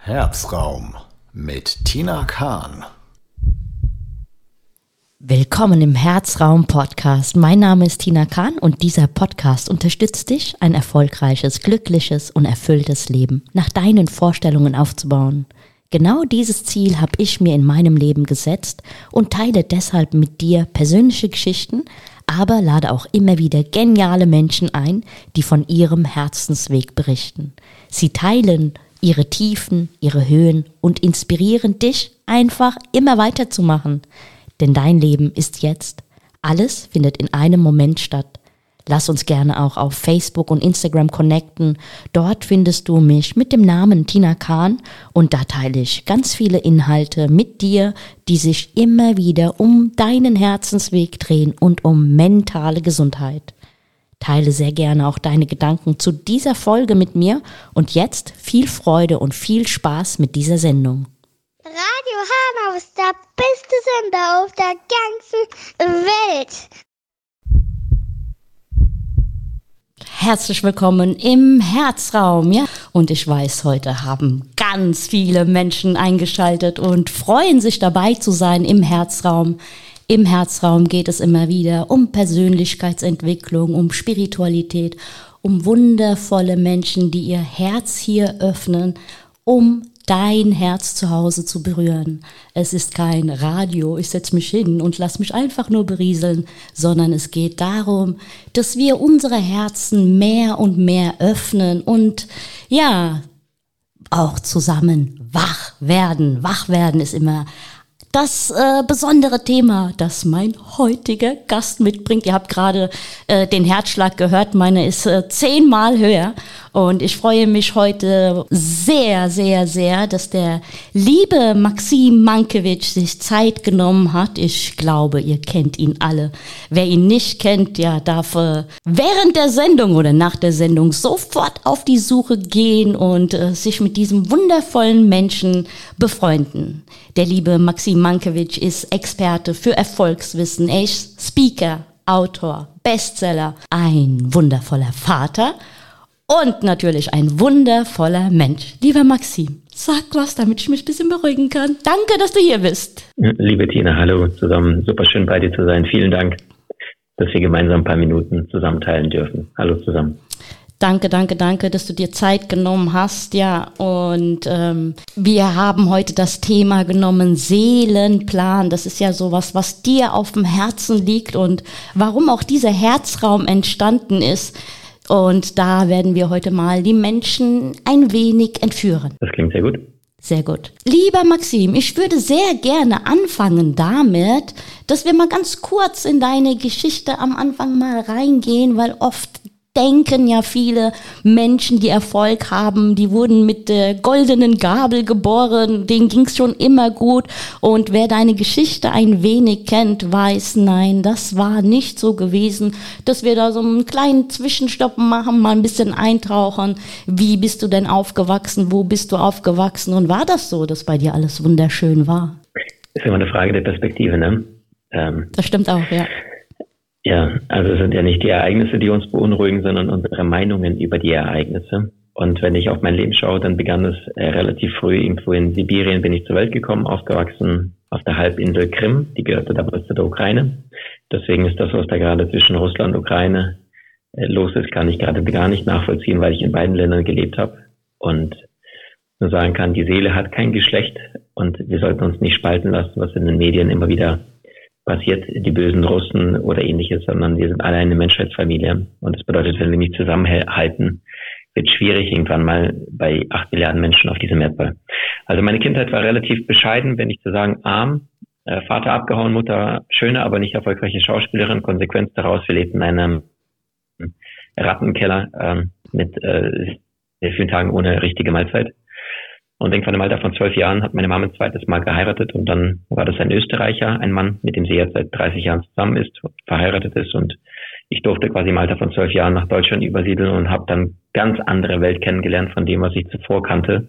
Herzraum mit Tina Kahn. Willkommen im Herzraum-Podcast. Mein Name ist Tina Kahn und dieser Podcast unterstützt dich, ein erfolgreiches, glückliches und erfülltes Leben nach deinen Vorstellungen aufzubauen. Genau dieses Ziel habe ich mir in meinem Leben gesetzt und teile deshalb mit dir persönliche Geschichten, aber lade auch immer wieder geniale Menschen ein, die von ihrem Herzensweg berichten. Sie teilen ihre Tiefen, ihre Höhen und inspirieren dich, einfach immer weiterzumachen. Denn dein Leben ist jetzt. Alles findet in einem Moment statt. Lass uns gerne auch auf Facebook und Instagram connecten. Dort findest du mich mit dem Namen Tina Kahn und da teile ich ganz viele Inhalte mit dir, die sich immer wieder um deinen Herzensweg drehen und um mentale Gesundheit. Teile sehr gerne auch deine Gedanken zu dieser Folge mit mir und jetzt viel Freude und viel Spaß mit dieser Sendung. Radio Hanau ist der beste Sender auf der ganzen Welt. Herzlich willkommen im Herzraum, ja. Und ich weiß, heute haben ganz viele Menschen eingeschaltet und freuen sich dabei zu sein im Herzraum. Im Herzraum geht es immer wieder um Persönlichkeitsentwicklung, um Spiritualität, um wundervolle Menschen, die ihr Herz hier öffnen, um dein Herz zu Hause zu berühren. Es ist kein Radio, ich setze mich hin und lass mich einfach nur berieseln, sondern es geht darum, dass wir unsere Herzen mehr und mehr öffnen und ja, auch zusammen wach werden. Wach werden ist immer das besondere Thema, das mein heutiger Gast mitbringt. Ihr habt gerade den Herzschlag gehört, meine ist 10-mal höher. Und ich freue mich heute sehr, sehr, sehr, dass der liebe Maxim Mankiewicz sich Zeit genommen hat. Ich glaube, ihr kennt ihn alle. Wer ihn nicht kennt, ja, darf während der Sendung oder nach der Sendung sofort auf die Suche gehen und sich mit diesem wundervollen Menschen befreunden. Der liebe Maxim Mankiewicz ist Experte für Erfolgswissen. Er ist Speaker, Autor, Bestseller, ein wundervoller Vater und natürlich ein wundervoller Mensch. Lieber Maxim, sag was, damit ich mich ein bisschen beruhigen kann. Danke, dass du hier bist. Liebe Tina, hallo zusammen. Super schön bei dir zu sein. Vielen Dank, dass wir gemeinsam ein paar Minuten zusammen teilen dürfen. Hallo zusammen. Danke, dass du dir Zeit genommen hast, ja, und wir haben heute das Thema genommen, Seelenplan. Das ist ja sowas, was dir auf dem Herzen liegt und warum auch dieser Herzraum entstanden ist. Und da werden wir heute mal die Menschen ein wenig entführen. Das klingt sehr gut. Sehr gut. Lieber Maxim, ich würde sehr gerne anfangen damit, dass wir mal ganz kurz in deine Geschichte am Anfang mal reingehen, weil oft denken ja viele Menschen, die Erfolg haben, die wurden mit der goldenen Gabel geboren, denen ging's schon immer gut. Und wer deine Geschichte ein wenig kennt, weiß, nein, das war nicht so gewesen, dass wir da so einen kleinen Zwischenstopp machen, mal ein bisschen eintauchen. Wie bist du denn aufgewachsen? Wo bist du aufgewachsen? Und war das so, dass bei dir alles wunderschön war? Ist immer eine Frage der Perspektive, ne? Das stimmt auch, ja. Ja, also es sind ja nicht die Ereignisse, die uns beunruhigen, sondern unsere Meinungen über die Ereignisse. Und wenn ich auf mein Leben schaue, dann begann es relativ früh. Irgendwo in Sibirien bin ich zur Welt gekommen, aufgewachsen auf der Halbinsel Krim, die gehörte damals zu der Ukraine. Deswegen ist das, was da gerade zwischen Russland und Ukraine los ist, kann ich gerade gar nicht nachvollziehen, weil ich in beiden Ländern gelebt habe. Und nur sagen kann, die Seele hat kein Geschlecht und wir sollten uns nicht spalten lassen, was in den Medien immer wieder passiert, die bösen Russen oder ähnliches, sondern wir sind alle eine Menschheitsfamilie. Und das bedeutet, wenn wir nicht zusammenhalten, wird es schwierig irgendwann mal bei 8 Milliarden Menschen auf diesem Erdball. Also meine Kindheit war relativ bescheiden, wenn nicht zu sagen arm. Vater abgehauen, Mutter schöne, aber nicht erfolgreiche Schauspielerin. Konsequenz daraus, wir lebten in einem Rattenkeller mit sehr vielen Tagen ohne richtige Mahlzeit. Und irgendwann im Alter von 12 Jahren hat meine Mama ein zweites Mal geheiratet und dann war das ein Österreicher, ein Mann, mit dem sie jetzt seit 30 Jahren zusammen ist, verheiratet ist und ich durfte quasi im Alter von 12 Jahren nach Deutschland übersiedeln und habe dann ganz andere Welt kennengelernt von dem, was ich zuvor kannte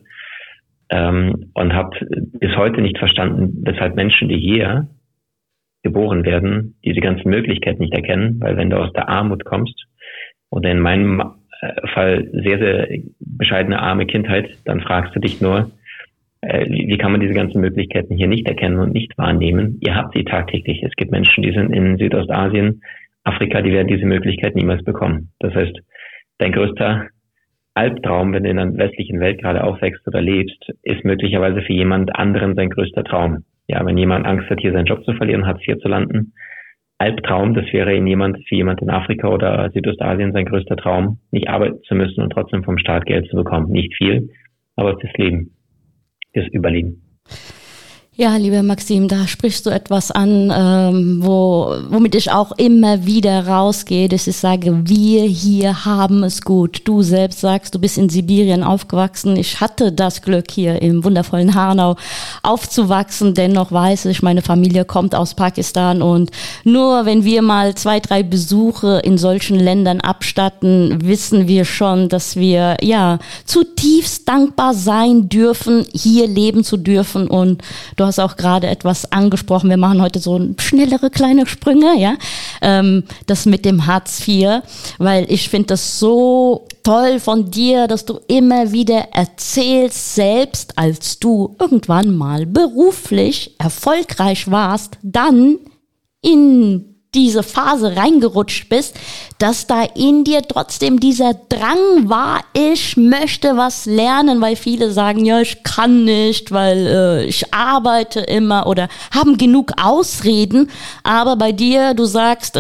und habe bis heute nicht verstanden, weshalb Menschen, die hier geboren werden, diese ganzen Möglichkeiten nicht erkennen, weil wenn du aus der Armut kommst oder in meinem Fall sehr, sehr bescheidene, arme Kindheit, dann fragst du dich nur, Wie kann man diese ganzen Möglichkeiten hier nicht erkennen und nicht wahrnehmen? Ihr habt sie tagtäglich. Es gibt Menschen, die sind in Südostasien, Afrika, die werden diese Möglichkeit niemals bekommen. Das heißt, dein größter Albtraum, wenn du in einer westlichen Welt gerade aufwächst oder lebst, ist möglicherweise für jemand anderen sein größter Traum. Ja, wenn jemand Angst hat, hier seinen Job zu verlieren, Hartz IV zu landen, Albtraum, das wäre für jemand in Afrika oder Südostasien sein größter Traum, nicht arbeiten zu müssen und trotzdem vom Staat Geld zu bekommen. Nicht viel, aber fürs Leben. Fürs Überleben. Ja, lieber Maxim, da sprichst du etwas an, womit ich auch immer wieder rausgehe, dass ich sage, wir hier haben es gut. Du selbst sagst, du bist in Sibirien aufgewachsen. Ich hatte das Glück, hier im wundervollen Hanau aufzuwachsen. Dennoch weiß ich, meine Familie kommt aus Pakistan und nur wenn wir mal 2, 3 Besuche in solchen Ländern abstatten, wissen wir schon, dass wir ja zutiefst dankbar sein dürfen, hier leben zu dürfen. Und du hast auch gerade etwas angesprochen. Wir machen heute so schnellere kleine Sprünge, ja. Das mit dem Hartz IV, weil ich finde das so toll von dir, dass du immer wieder erzählst, selbst als du irgendwann mal beruflich erfolgreich warst, dann in diese Phase reingerutscht bist, dass da in dir trotzdem dieser Drang war, ich möchte was lernen, weil viele sagen, ja, ich kann nicht, weil ich arbeite immer oder haben genug Ausreden, aber bei dir, du sagst,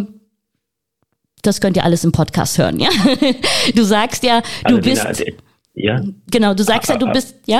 das könnt ihr alles im Podcast hören, ja? Du sagst ja, du bist, ja. Genau, du sagst ja, du bist, ja?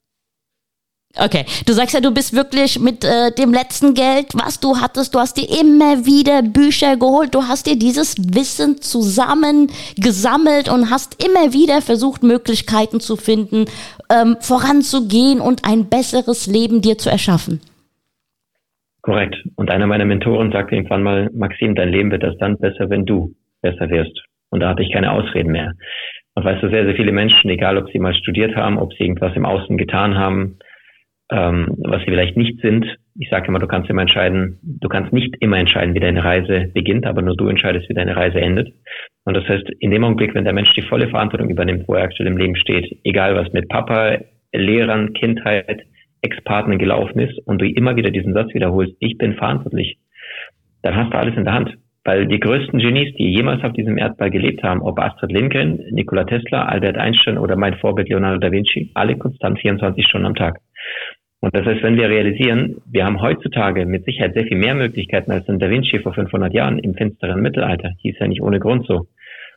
Okay, du sagst ja, du bist wirklich mit dem letzten Geld, was du hattest, du hast dir immer wieder Bücher geholt, du hast dir dieses Wissen zusammengesammelt und hast immer wieder versucht, Möglichkeiten zu finden, voranzugehen und ein besseres Leben dir zu erschaffen. Korrekt. Und einer meiner Mentoren sagte irgendwann mal, Maxim, dein Leben wird erst dann besser, wenn du besser wirst. Und da hatte ich keine Ausreden mehr. Und weißt du, sehr, sehr viele Menschen, egal ob sie mal studiert haben, ob sie irgendwas im Außen getan haben, was sie vielleicht nicht sind. Ich sage immer, du kannst nicht immer entscheiden, wie deine Reise beginnt, aber nur du entscheidest, wie deine Reise endet. Und das heißt, in dem Augenblick, wenn der Mensch die volle Verantwortung übernimmt, wo er aktuell im Leben steht, egal was mit Papa, Lehrern, Kindheit, Ex-Partnern gelaufen ist und du immer wieder diesen Satz wiederholst, ich bin verantwortlich, dann hast du alles in der Hand. Weil die größten Genies, die jemals auf diesem Erdball gelebt haben, ob Astrid Lindgren, Nikola Tesla, Albert Einstein oder mein Vorbild Leonardo da Vinci, alle konstant 24 Stunden am Tag. Und das heißt, wenn wir realisieren, wir haben heutzutage mit Sicherheit sehr viel mehr Möglichkeiten als ein Da Vinci vor 500 Jahren im finsteren Mittelalter. Hieß ja nicht ohne Grund so.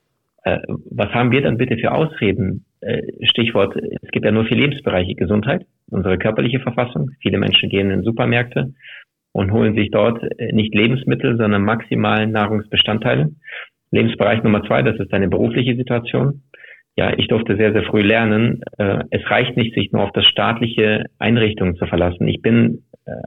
Was haben wir dann bitte für Ausreden? Stichwort, es gibt ja nur 4 Lebensbereiche. Gesundheit, unsere körperliche Verfassung. Viele Menschen gehen in Supermärkte und holen sich dort nicht Lebensmittel, sondern maximal Nahrungsbestandteile. Lebensbereich Nummer 2, das ist eine berufliche Situation. Ja, ich durfte sehr, sehr früh lernen. Es reicht nicht, sich nur auf das staatliche Einrichtungen zu verlassen. Ich bin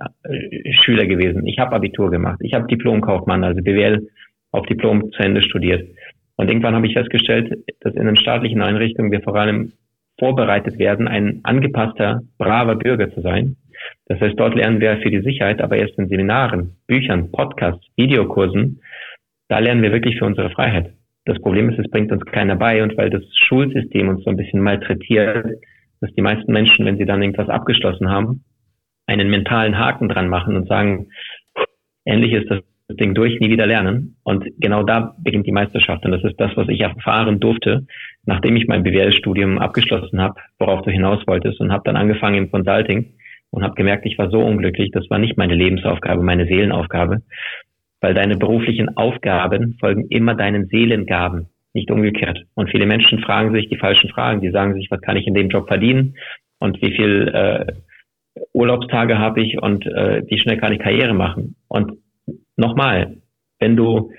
Schüler gewesen. Ich habe Abitur gemacht. Ich habe Diplomkaufmann, also BWL auf Diplom zu Ende studiert. Und irgendwann habe ich festgestellt, dass in den staatlichen Einrichtungen wir vor allem vorbereitet werden, ein angepasster, braver Bürger zu sein. Das heißt, dort lernen wir für die Sicherheit, aber erst in Seminaren, Büchern, Podcasts, Videokursen, da lernen wir wirklich für unsere Freiheit. Das Problem ist, es bringt uns keiner bei und weil das Schulsystem uns so ein bisschen malträtiert, dass die meisten Menschen, wenn sie dann irgendwas abgeschlossen haben, einen mentalen Haken dran machen und sagen, endlich ist das Ding durch, nie wieder lernen. Und genau da beginnt die Meisterschaft. Und das ist das, was ich erfahren durfte, nachdem ich mein BWL-Studium abgeschlossen habe, worauf du hinaus wolltest, und habe dann angefangen im Consulting und habe gemerkt, ich war so unglücklich, das war nicht meine Lebensaufgabe, meine Seelenaufgabe. Weil deine beruflichen Aufgaben folgen immer deinen Seelengaben, nicht umgekehrt. Und viele Menschen fragen sich die falschen Fragen. Die sagen sich, was kann ich in dem Job verdienen und wie viel Urlaubstage habe ich und wie schnell kann ich Karriere machen. Und nochmal, wenn du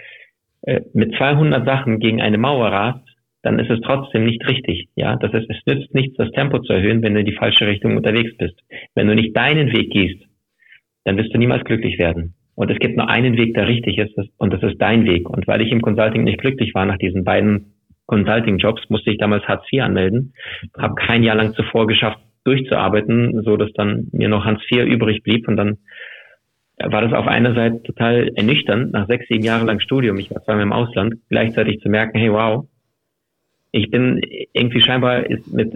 mit 200 Sachen gegen eine Mauer rast, dann ist es trotzdem nicht richtig. Ja, das heißt, es nützt nichts, das Tempo zu erhöhen, wenn du in die falsche Richtung unterwegs bist. Wenn du nicht deinen Weg gehst, dann wirst du niemals glücklich werden. Und es gibt nur einen Weg, der richtig ist, und das ist dein Weg. Und weil ich im Consulting nicht glücklich war nach diesen beiden Consulting-Jobs, musste ich damals Hartz IV anmelden. Habe kein Jahr lang zuvor geschafft, durchzuarbeiten, so dass dann mir noch Hartz IV übrig blieb. Und dann war das auf einer Seite total ernüchternd, nach 6, 7 Jahren lang Studium, ich war zweimal im Ausland, gleichzeitig zu merken, hey wow, Ich bin irgendwie scheinbar mit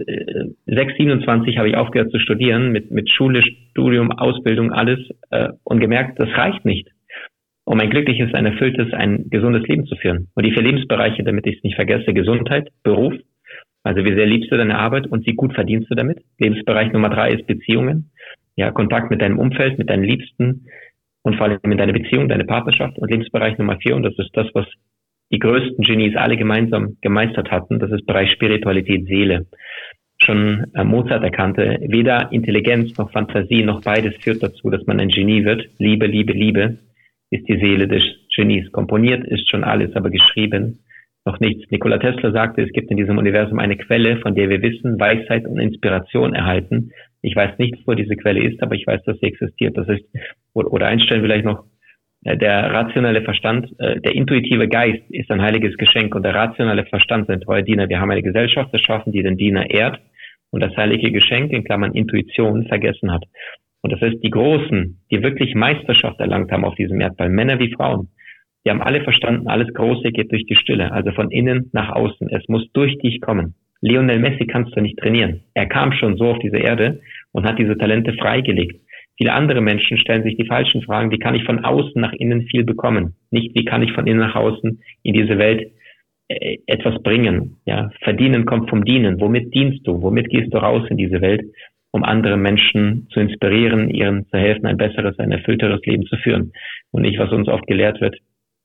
27 habe ich aufgehört zu studieren, mit Schule, Studium, Ausbildung, alles und gemerkt, das reicht nicht, um ein glückliches, ein erfülltes, ein gesundes Leben zu führen. Und die 4 Lebensbereiche, damit ich es nicht vergesse: Gesundheit, Beruf, also wie sehr liebst du deine Arbeit und wie gut verdienst du damit. Lebensbereich Nummer 3 ist Beziehungen, ja, Kontakt mit deinem Umfeld, mit deinen Liebsten und vor allem mit deiner Beziehung, deine Partnerschaft. Und Lebensbereich Nummer 4, und das ist das, was die größten Genies alle gemeinsam gemeistert hatten, das ist Bereich Spiritualität, Seele. Schon Mozart erkannte, weder Intelligenz noch Fantasie noch beides führt dazu, dass man ein Genie wird. Liebe, Liebe, Liebe ist die Seele des Genies. Komponiert ist schon alles, aber geschrieben noch nichts. Nikola Tesla sagte, es gibt in diesem Universum eine Quelle, von der wir Wissen, Weisheit und Inspiration erhalten. Ich weiß nicht, wo diese Quelle ist, aber ich weiß, dass sie existiert. Das ist, oder Einstein vielleicht noch, der rationale Verstand, der intuitive Geist ist ein heiliges Geschenk und der rationale Verstand sind treue Diener. Wir haben eine Gesellschaft erschaffen, die den Diener ehrt und das heilige Geschenk, in Klammern Intuition, vergessen hat. Und das heißt, die Großen, die wirklich Meisterschaft erlangt haben auf diesem Erdball, Männer wie Frauen, die haben alle verstanden, alles Große geht durch die Stille, also von innen nach außen. Es muss durch dich kommen. Lionel Messi kannst du nicht trainieren. Er kam schon so auf diese Erde und hat diese Talente freigelegt. Viele andere Menschen stellen sich die falschen Fragen. Wie kann ich von außen nach innen viel bekommen? Nicht, wie kann ich von innen nach außen in diese Welt etwas bringen? Ja, verdienen kommt vom Dienen. Womit dienst du? Womit gehst du raus in diese Welt, um andere Menschen zu inspirieren, ihnen zu helfen, ein besseres, ein erfüllteres Leben zu führen? Und nicht, was uns oft gelehrt wird,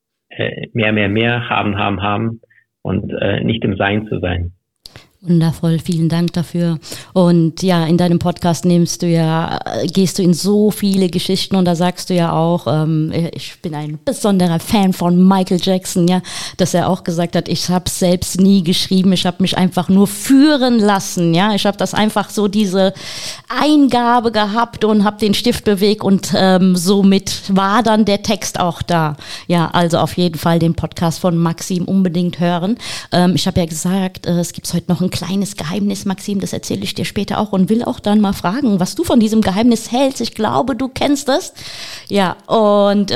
mehr, haben und nicht im Sein zu sein. Wundervoll, vielen Dank dafür. Und ja, in deinem Podcast gehst du in so viele Geschichten und da sagst du ja auch, ich bin ein besonderer Fan von Michael Jackson, ja, dass er auch gesagt hat, ich habe selbst nie geschrieben, ich habe mich einfach nur führen lassen, ja, ich habe das einfach so diese Eingabe gehabt und habe den Stift bewegt und somit war dann der Text auch da. Ja, also auf jeden Fall den Podcast von Maxim unbedingt hören. Ich habe ja gesagt, es gibt heute noch ein kleines Geheimnis, Maxim, das erzähle ich dir später auch und will auch dann mal fragen, was du von diesem Geheimnis hältst. Ich glaube, du kennst es. Ja, und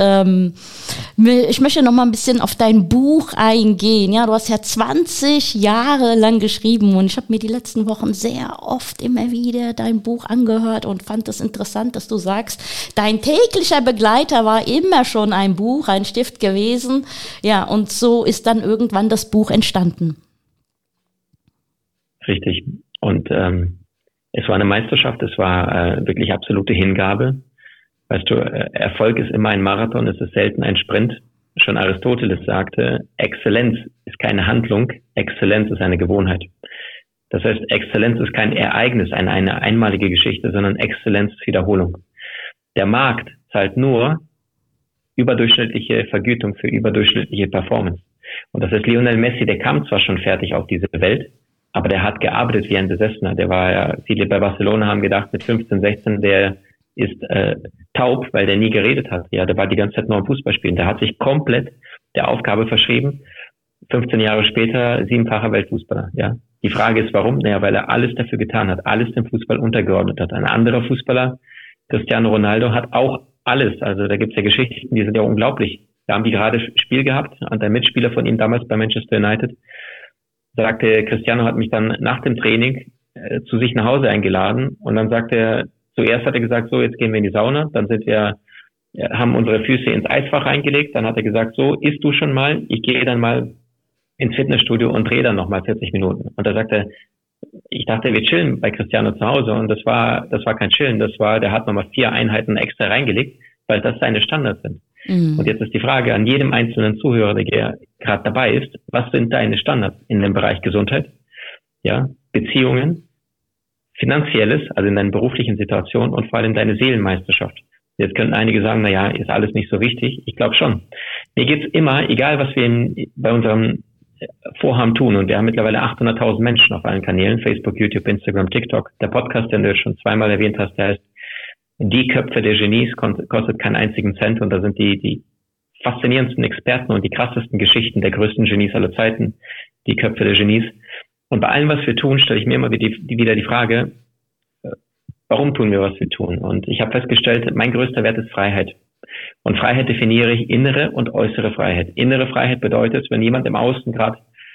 ich möchte noch mal ein bisschen auf dein Buch eingehen. Ja, du hast ja 20 Jahre lang geschrieben und ich habe mir die letzten Wochen sehr oft immer wieder dein Buch angehört und fand es interessant, dass du sagst, dein täglicher Begleiter war immer schon ein Buch, ein Stift gewesen. Ja, und so ist dann irgendwann das Buch entstanden. Richtig. Und es war eine Meisterschaft, es war wirklich absolute Hingabe. Weißt du, Erfolg ist immer ein Marathon, es ist selten ein Sprint. Schon Aristoteles sagte, Exzellenz ist keine Handlung, Exzellenz ist eine Gewohnheit. Das heißt, Exzellenz ist kein Ereignis, eine einmalige Geschichte, sondern Exzellenz ist Wiederholung. Der Markt zahlt nur überdurchschnittliche Vergütung für überdurchschnittliche Performance. Und das heißt, Lionel Messi, der kam zwar schon fertig auf diese Welt, aber der hat gearbeitet wie ein Besessener. Der war ja, viele bei Barcelona haben gedacht, mit 15, 16, der ist taub, weil der nie geredet hat. Ja, der war die ganze Zeit nur am Fußball spielen. Der hat sich komplett der Aufgabe verschrieben. 15 Jahre später 7-facher Weltfußballer. Ja, die Frage ist, warum? Naja, weil er alles dafür getan hat, alles dem Fußball untergeordnet hat. Ein anderer Fußballer, Cristiano Ronaldo, hat auch alles. Also da gibt's ja Geschichten, die sind ja unglaublich. Da haben die gerade Spiel gehabt und ein Mitspieler von ihm damals bei Manchester United sagte, Cristiano hat mich dann nach dem Training zu sich nach Hause eingeladen und dann sagte er, zuerst hat er gesagt, so, jetzt gehen wir in die Sauna, dann haben unsere Füße ins Eisfach reingelegt, dann hat er gesagt, so, isst du schon mal, ich gehe dann mal ins Fitnessstudio und drehe dann nochmal 40 Minuten. Und da sagte er, ich dachte, wir chillen bei Cristiano zu Hause und das war kein Chillen, der hat nochmal 4 Einheiten extra reingelegt, weil das seine Standards sind. Mhm. Und jetzt ist die Frage an jedem einzelnen Zuhörer, der gerade dabei ist, was sind deine Standards in dem Bereich Gesundheit, ja, Beziehungen, Finanzielles, also in deinen beruflichen Situationen und vor allem deine Seelenmeisterschaft. Jetzt könnten einige sagen, naja, ist alles nicht so wichtig. Ich glaube schon. Mir geht's immer, egal was wir bei unserem Vorhaben tun, und wir haben mittlerweile 800.000 Menschen auf allen Kanälen, Facebook, YouTube, Instagram, TikTok. Der Podcast, den du schon zweimal erwähnt hast, der heißt Die Köpfe der Genies, kostet keinen einzigen Cent und da sind die faszinierendsten Experten und die krassesten Geschichten der größten Genies aller Zeiten, die Köpfe der Genies. Und bei allem, was wir tun, stelle ich mir immer wieder die Frage, warum tun wir, was wir tun? Und ich habe festgestellt, mein größter Wert ist Freiheit. Und Freiheit definiere ich innere und äußere Freiheit. Innere Freiheit bedeutet, wenn jemand im Außen gerade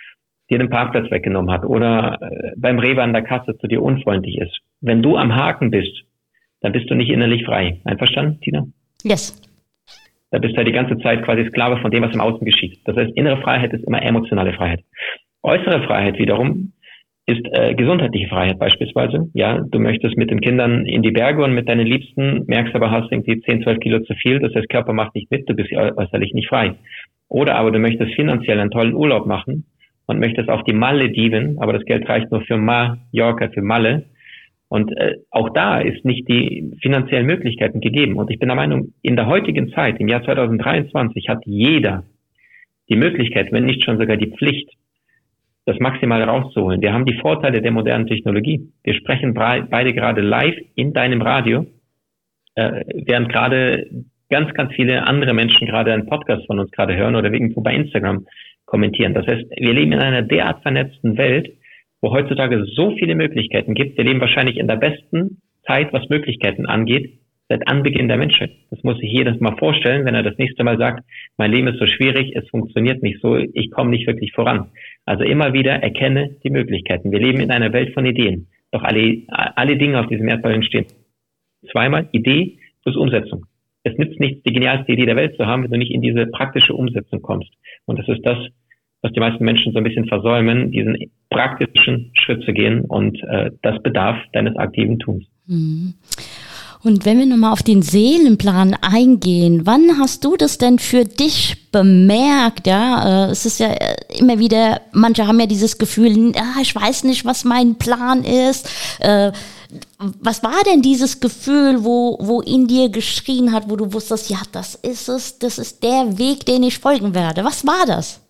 dir den Parkplatz weggenommen hat oder beim Rewe an der Kasse zu dir unfreundlich ist. Wenn du am Haken bist, dann bist du nicht innerlich frei. Einverstanden, Tina? Yes. Da bist du ja die ganze Zeit quasi Sklave von dem, was im Außen geschieht. Das heißt, innere Freiheit ist immer emotionale Freiheit. Äußere Freiheit wiederum ist gesundheitliche Freiheit beispielsweise. Ja, du möchtest mit den Kindern in die Berge und mit deinen Liebsten, merkst aber, hast irgendwie 10, 12 Kilo zu viel. Das heißt, Körper macht nicht mit, du bist äußerlich nicht frei. Oder aber du möchtest finanziell einen tollen Urlaub machen und möchtest auf die Malediven, aber das Geld reicht nur für Mallorca, für Malle. Und auch da ist nicht die finanziellen Möglichkeiten gegeben. Und ich bin der Meinung, in der heutigen Zeit, im Jahr 2023, hat jeder die Möglichkeit, wenn nicht schon sogar die Pflicht, das Maximale rauszuholen. Wir haben die Vorteile der modernen Technologie. Wir sprechen beide gerade live in deinem Radio, während gerade ganz, ganz viele andere Menschen gerade einen Podcast von uns gerade hören oder irgendwo bei Instagram kommentieren. Das heißt, wir leben in einer derart vernetzten Welt, wo heutzutage so viele Möglichkeiten gibt. Wir leben wahrscheinlich in der besten Zeit, was Möglichkeiten angeht, seit Anbeginn der Menschheit. Das muss sich jedes Mal vorstellen, wenn er das nächste Mal sagt, mein Leben ist so schwierig, es funktioniert nicht so, ich komme nicht wirklich voran. Also immer wieder erkenne die Möglichkeiten. Wir leben in einer Welt von Ideen. Doch alle Dinge auf diesem Erdball entstehen zweimal: Idee plus Umsetzung. Es nützt nichts, die genialste Idee der Welt zu haben, wenn du nicht in diese praktische Umsetzung kommst. Und das ist das, was die meisten Menschen so ein bisschen versäumen, diesen praktischen Schritt zu gehen. Und das bedarf deines aktiven Tuns. Und wenn wir nochmal auf den Seelenplan eingehen, wann hast du das denn für dich bemerkt? Ja, es ist ja immer wieder, manche haben ja dieses Gefühl, ich weiß nicht, was mein Plan ist. Was war denn dieses Gefühl, wo in dir geschrien hat, wo du wusstest, ja, das ist es, das ist der Weg, den ich folgen werde? Was war das?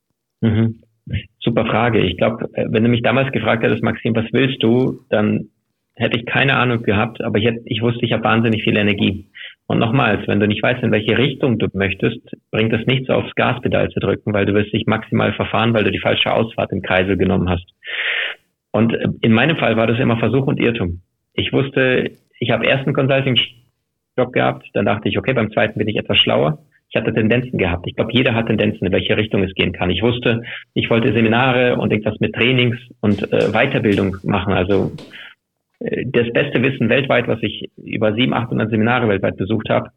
Super Frage. Ich glaube, wenn du mich damals gefragt hättest, Maxim, was willst du, dann hätte ich keine Ahnung gehabt, aber ich wusste, ich habe wahnsinnig viel Energie. Und nochmals, wenn du nicht weißt, in welche Richtung du möchtest, bringt es nichts, aufs Gaspedal zu drücken, weil du wirst dich maximal verfahren, weil du die falsche Ausfahrt im Kreisel genommen hast. Und in meinem Fall war das immer Versuch und Irrtum. Ich wusste, ich habe erst einen Consulting-Job gehabt, dann dachte ich, okay, beim zweiten bin ich etwas schlauer. Ich hatte Tendenzen gehabt. Ich glaube, jeder hat Tendenzen, in welche Richtung es gehen kann. Ich wusste, ich wollte Seminare und irgendwas mit Trainings und Weiterbildung machen, also das beste Wissen weltweit, was ich über 700, 800 Seminare weltweit besucht habe,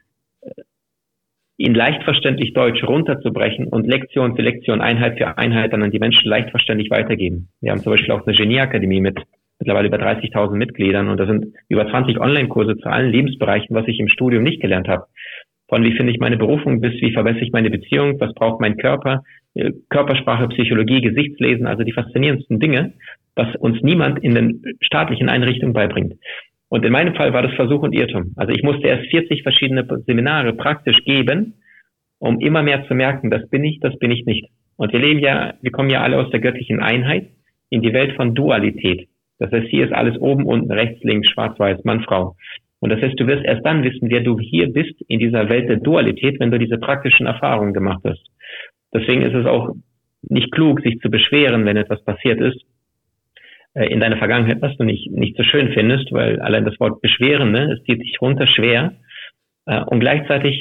in leicht verständlich Deutsch runterzubrechen und Lektion für Lektion, Einheit für Einheit dann an die Menschen leicht verständlich weitergeben. Wir haben zum Beispiel auch eine Genieakademie mit mittlerweile über 30.000 Mitgliedern und da sind über 20 Online-Kurse zu allen Lebensbereichen, was ich im Studium nicht gelernt habe. Von wie finde ich meine Berufung bis wie verbessere ich meine Beziehung, was braucht mein Körper, Körpersprache, Psychologie, Gesichtslesen, also die faszinierendsten Dinge, was uns niemand in den staatlichen Einrichtungen beibringt. Und in meinem Fall war das Versuch und Irrtum. Also ich musste erst 40 verschiedene Seminare praktisch geben, um immer mehr zu merken, das bin ich nicht. Und wir kommen ja alle aus der göttlichen Einheit in die Welt von Dualität. Das heißt, hier ist alles oben, unten, rechts, links, schwarz, weiß, Mann, Frau. Und das heißt, du wirst erst dann wissen, wer du hier bist in dieser Welt der Dualität, wenn du diese praktischen Erfahrungen gemacht hast. Deswegen ist es auch nicht klug, sich zu beschweren, wenn etwas passiert ist in deiner Vergangenheit, was du nicht so schön findest, weil allein das Wort beschweren, es zieht sich runter schwer. Und gleichzeitig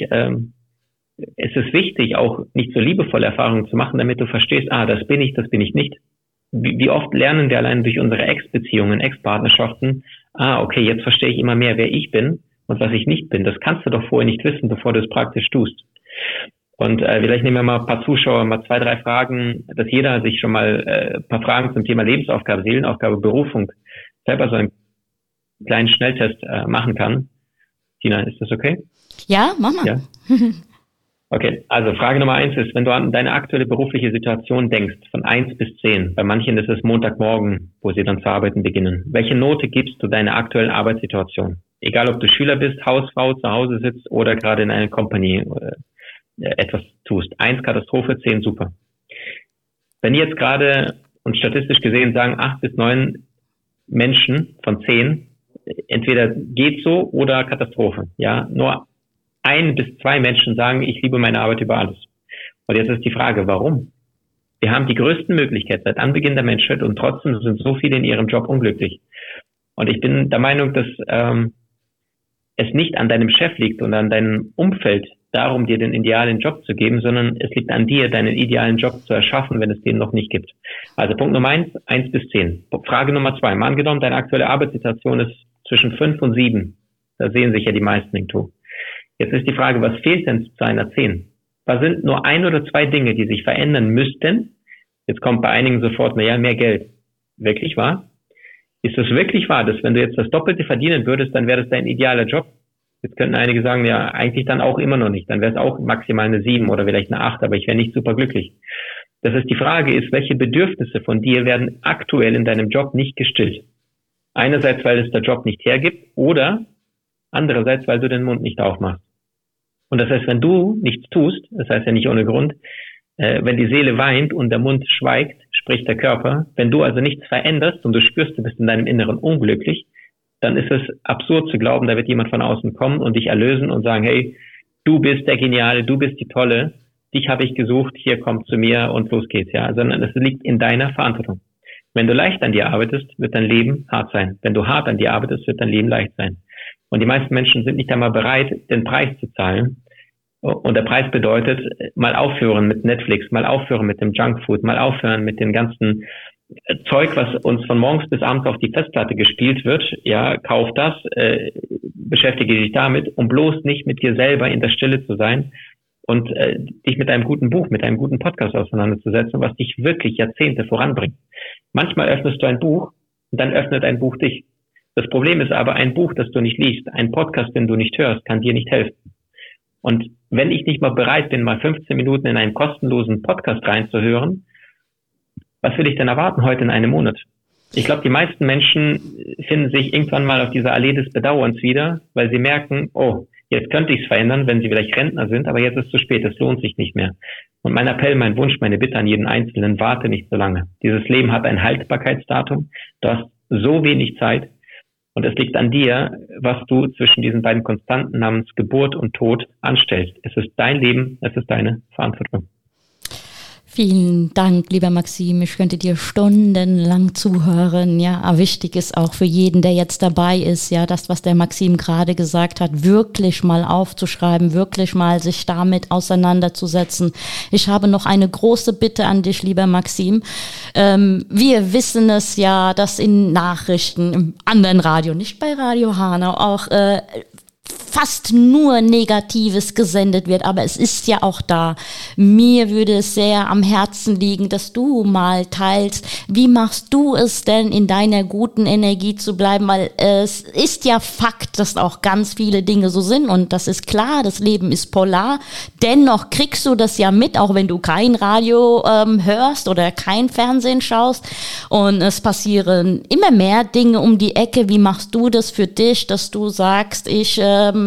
ist es wichtig, auch nicht so liebevolle Erfahrungen zu machen, damit du verstehst, das bin ich nicht. Wie oft lernen wir allein durch unsere Ex-Beziehungen, Ex-Partnerschaften, okay, jetzt verstehe ich immer mehr, wer ich bin und was ich nicht bin. Das kannst du doch vorher nicht wissen, bevor du es praktisch tust. Und vielleicht nehmen wir mal ein paar Zuschauer, mal 2, 3 Fragen, dass jeder sich schon mal ein paar Fragen zum Thema Lebensaufgabe, Seelenaufgabe, Berufung selber so einen kleinen Schnelltest machen kann. Tina, ist das okay? Ja, mach mal. Ja? Okay, also Frage Nummer 1 ist, wenn du an deine aktuelle berufliche Situation denkst, von 1 bis 10, bei manchen ist es Montagmorgen, wo sie dann zu arbeiten beginnen. Welche Note gibst du deiner aktuellen Arbeitssituation? Egal, ob du Schüler bist, Hausfrau, zu Hause sitzt oder gerade in einer Company etwas tust. 1 Katastrophe, 10 super. Wenn die jetzt gerade und statistisch gesehen sagen 8 bis 9 Menschen von 10, entweder geht so oder Katastrophe. Ja, nur 1 bis 2 Menschen sagen, ich liebe meine Arbeit über alles. Und jetzt ist die Frage, warum? Wir haben die größten Möglichkeiten seit Anbeginn der Menschheit und trotzdem sind so viele in ihrem Job unglücklich. Und ich bin der Meinung, dass es nicht an deinem Chef liegt und an deinem Umfeld, darum, dir den idealen Job zu geben, sondern es liegt an dir, deinen idealen Job zu erschaffen, wenn es den noch nicht gibt. Also Punkt Nummer 1 bis 10. Frage Nummer 2. Mal angenommen, deine aktuelle Arbeitssituation ist zwischen 5 und 7. Da sehen sich ja die meisten irgendwo. Jetzt ist die Frage, was fehlt denn zu einer 10? Was sind nur 1 oder 2 Dinge, die sich verändern müssten? Jetzt kommt bei einigen sofort, naja, mehr Geld. Wirklich wahr? Ist es wirklich wahr, dass wenn du jetzt das Doppelte verdienen würdest, dann wäre das dein idealer Job? Jetzt könnten einige sagen, ja, eigentlich dann auch immer noch nicht. Dann wäre es auch maximal eine 7 oder vielleicht eine 8, aber ich wäre nicht super glücklich. Das heißt, die Frage ist, welche Bedürfnisse von dir werden aktuell in deinem Job nicht gestillt? Einerseits, weil es der Job nicht hergibt oder andererseits, weil du den Mund nicht aufmachst. Und das heißt, wenn du nichts tust, das heißt ja nicht ohne Grund, wenn die Seele weint und der Mund schweigt, spricht der Körper. Wenn du also nichts veränderst und du spürst, du bist in deinem Inneren unglücklich, dann ist es absurd zu glauben, da wird jemand von außen kommen und dich erlösen und sagen, hey, du bist der Geniale, du bist die Tolle, dich habe ich gesucht, hier komm zu mir und los geht's, ja. Sondern es liegt in deiner Verantwortung. Wenn du leicht an dir arbeitest, wird dein Leben hart sein. Wenn du hart an dir arbeitest, wird dein Leben leicht sein. Und die meisten Menschen sind nicht einmal bereit, den Preis zu zahlen. Und der Preis bedeutet, mal aufhören mit Netflix, mal aufhören mit dem Junkfood, mal aufhören mit dem ganzen Zeug, was uns von morgens bis abends auf die Festplatte gespielt wird. Ja, kauf das, beschäftige dich damit, um bloß nicht mit dir selber in der Stille zu sein und dich mit einem guten Buch, mit einem guten Podcast auseinanderzusetzen, was dich wirklich Jahrzehnte voranbringt. Manchmal öffnest du ein Buch und dann öffnet ein Buch dich. Das Problem ist aber, ein Buch, das du nicht liest, ein Podcast, den du nicht hörst, kann dir nicht helfen. Und wenn ich nicht mal bereit bin, mal 15 Minuten in einen kostenlosen Podcast reinzuhören, was will ich denn erwarten heute in einem Monat? Ich glaube, die meisten Menschen finden sich irgendwann mal auf dieser Allee des Bedauerns wieder, weil sie merken, oh, jetzt könnte ich es verändern, wenn sie vielleicht Rentner sind, aber jetzt ist es zu spät, es lohnt sich nicht mehr. Und mein Appell, mein Wunsch, meine Bitte an jeden Einzelnen, warte nicht so lange. Dieses Leben hat ein Haltbarkeitsdatum, du hast so wenig Zeit und es liegt an dir, was du zwischen diesen beiden Konstanten namens Geburt und Tod anstellst. Es ist dein Leben, es ist deine Verantwortung. Vielen Dank, lieber Maxim. Ich könnte dir stundenlang zuhören. Ja, aber wichtig ist auch für jeden, der jetzt dabei ist, ja, das, was der Maxim gerade gesagt hat, wirklich mal aufzuschreiben, wirklich mal sich damit auseinanderzusetzen. Ich habe noch eine große Bitte an dich, lieber Maxim. Wir wissen es ja, dass in Nachrichten, im anderen Radio, nicht bei Radio Hanau, auch fast nur Negatives gesendet wird, aber es ist ja auch da. Mir würde es sehr am Herzen liegen, dass du mal teilst, wie machst du es denn, in deiner guten Energie zu bleiben, weil es ist ja Fakt, dass auch ganz viele Dinge so sind und das ist klar, das Leben ist polar, dennoch kriegst du das ja mit, auch wenn du kein Radio hörst oder kein Fernsehen schaust und es passieren immer mehr Dinge um die Ecke. Wie machst du das für dich, dass du sagst, ich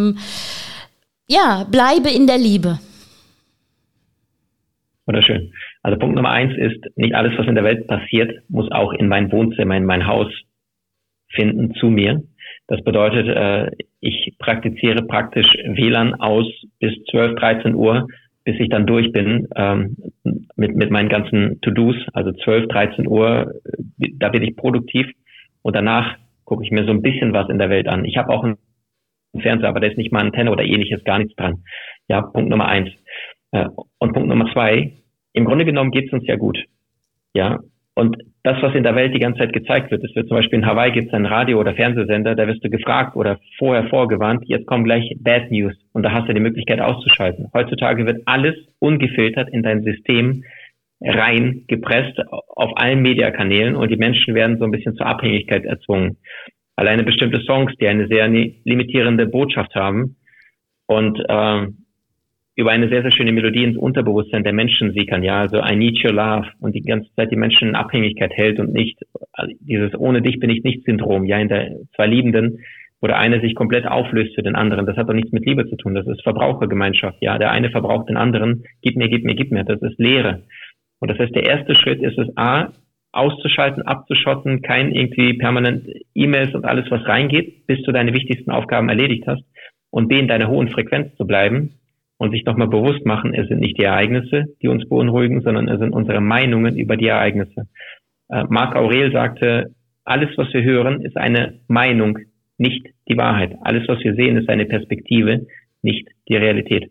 bleibe in der Liebe? Wunderschön. Also Punkt Nummer 1 ist, nicht alles, was in der Welt passiert, muss auch in mein Wohnzimmer, in mein Haus finden, zu mir. Das bedeutet, ich praktiziere praktisch WLAN aus bis 12, 13 Uhr, bis ich dann durch bin mit meinen ganzen To-Dos. Also 12, 13 Uhr, da bin ich produktiv und danach gucke ich mir so ein bisschen was in der Welt an. Ich habe auch einen Fernseher, aber da ist nicht mal Antenne oder ähnliches, gar nichts dran. Ja, Punkt Nummer 1. Und Punkt Nummer 2, im Grunde genommen geht es uns ja gut. Ja, und das, was in der Welt die ganze Zeit gezeigt wird, es wird zum Beispiel in Hawaii gibt es einen Radio- oder Fernsehsender, da wirst du gefragt oder vorher vorgewarnt, jetzt kommen gleich Bad News und da hast du die Möglichkeit auszuschalten. Heutzutage wird alles ungefiltert in dein System reingepresst auf allen Mediakanälen und die Menschen werden so ein bisschen zur Abhängigkeit erzwungen. Alleine bestimmte Songs, die eine sehr limitierende Botschaft haben und über eine sehr, sehr schöne Melodie ins Unterbewusstsein der Menschen sickern, ja, also I need your love und die ganze Zeit die Menschen in Abhängigkeit hält und nicht dieses ohne dich bin ich nicht Syndrom, ja, in der zwei Liebenden, wo der eine sich komplett auflöst für den anderen, das hat doch nichts mit Liebe zu tun, das ist Verbrauchergemeinschaft, ja, der eine verbraucht den anderen, gib mir, das ist Leere. Und das heißt, der erste Schritt ist es A, auszuschalten, abzuschotten, kein irgendwie permanent E-Mails und alles, was reingeht, bis du deine wichtigsten Aufgaben erledigt hast und B, in deiner hohen Frequenz zu bleiben und sich nochmal bewusst machen, es sind nicht die Ereignisse, die uns beunruhigen, sondern es sind unsere Meinungen über die Ereignisse. Marc Aurel sagte, alles, was wir hören, ist eine Meinung, nicht die Wahrheit. Alles, was wir sehen, ist eine Perspektive, nicht die Realität.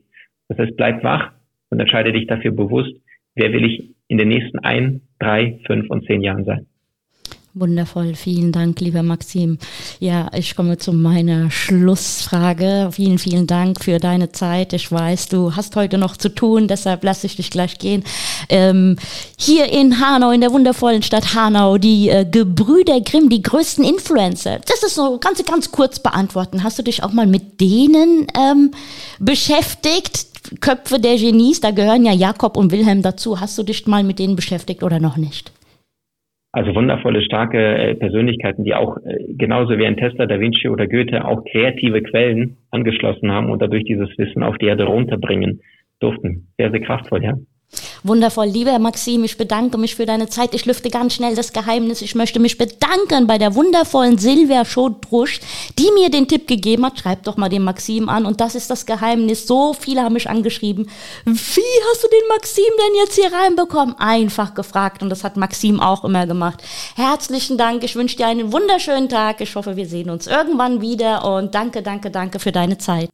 Das heißt, bleib wach und entscheide dich dafür bewusst, wer will ich in den nächsten 1, 3, 5 und 10 Jahren sein. Wundervoll, vielen Dank, lieber Maxim. Ja, ich komme zu meiner Schlussfrage. Vielen, vielen Dank für deine Zeit. Ich weiß, du hast heute noch zu tun, deshalb lasse ich dich gleich gehen. Hier in Hanau, in der wundervollen Stadt Hanau, die Gebrüder Grimm, die größten Influencer. Das ist so ganz kurz beantworten. Hast du dich auch mal mit denen beschäftigt? Köpfe der Genies, da gehören ja Jakob und Wilhelm dazu. Hast du dich mal mit denen beschäftigt oder noch nicht? Also wundervolle, starke Persönlichkeiten, die auch genauso wie ein Tesla, Da Vinci oder Goethe auch kreative Quellen angeschlossen haben und dadurch dieses Wissen auf die Erde runterbringen durften. Sehr, sehr kraftvoll, ja. Wundervoll, lieber Maxim, ich bedanke mich für deine Zeit. Ich lüfte ganz schnell das Geheimnis. Ich möchte mich bedanken bei der wundervollen Silvia Schodrusch, die mir den Tipp gegeben hat. Schreib doch mal den Maxim an. Und das ist das Geheimnis. So viele haben mich angeschrieben. Wie hast du den Maxim denn jetzt hier reinbekommen? Einfach gefragt. Und das hat Maxim auch immer gemacht. Herzlichen Dank. Ich wünsche dir einen wunderschönen Tag. Ich hoffe, wir sehen uns irgendwann wieder. Und danke für deine Zeit.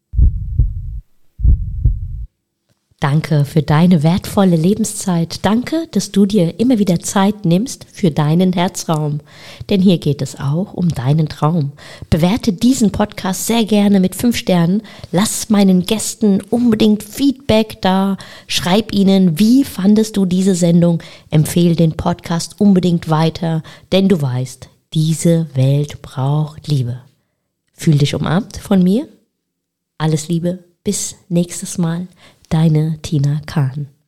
Danke für deine wertvolle Lebenszeit. Danke, dass du dir immer wieder Zeit nimmst für deinen Herzraum. Denn hier geht es auch um deinen Traum. Bewerte diesen Podcast sehr gerne mit 5 Sternen. Lass meinen Gästen unbedingt Feedback da. Schreib ihnen, wie fandest du diese Sendung? Empfehle den Podcast unbedingt weiter. Denn du weißt, diese Welt braucht Liebe. Fühl dich umarmt von mir. Alles Liebe. Bis nächstes Mal. Deine Tina Kahn.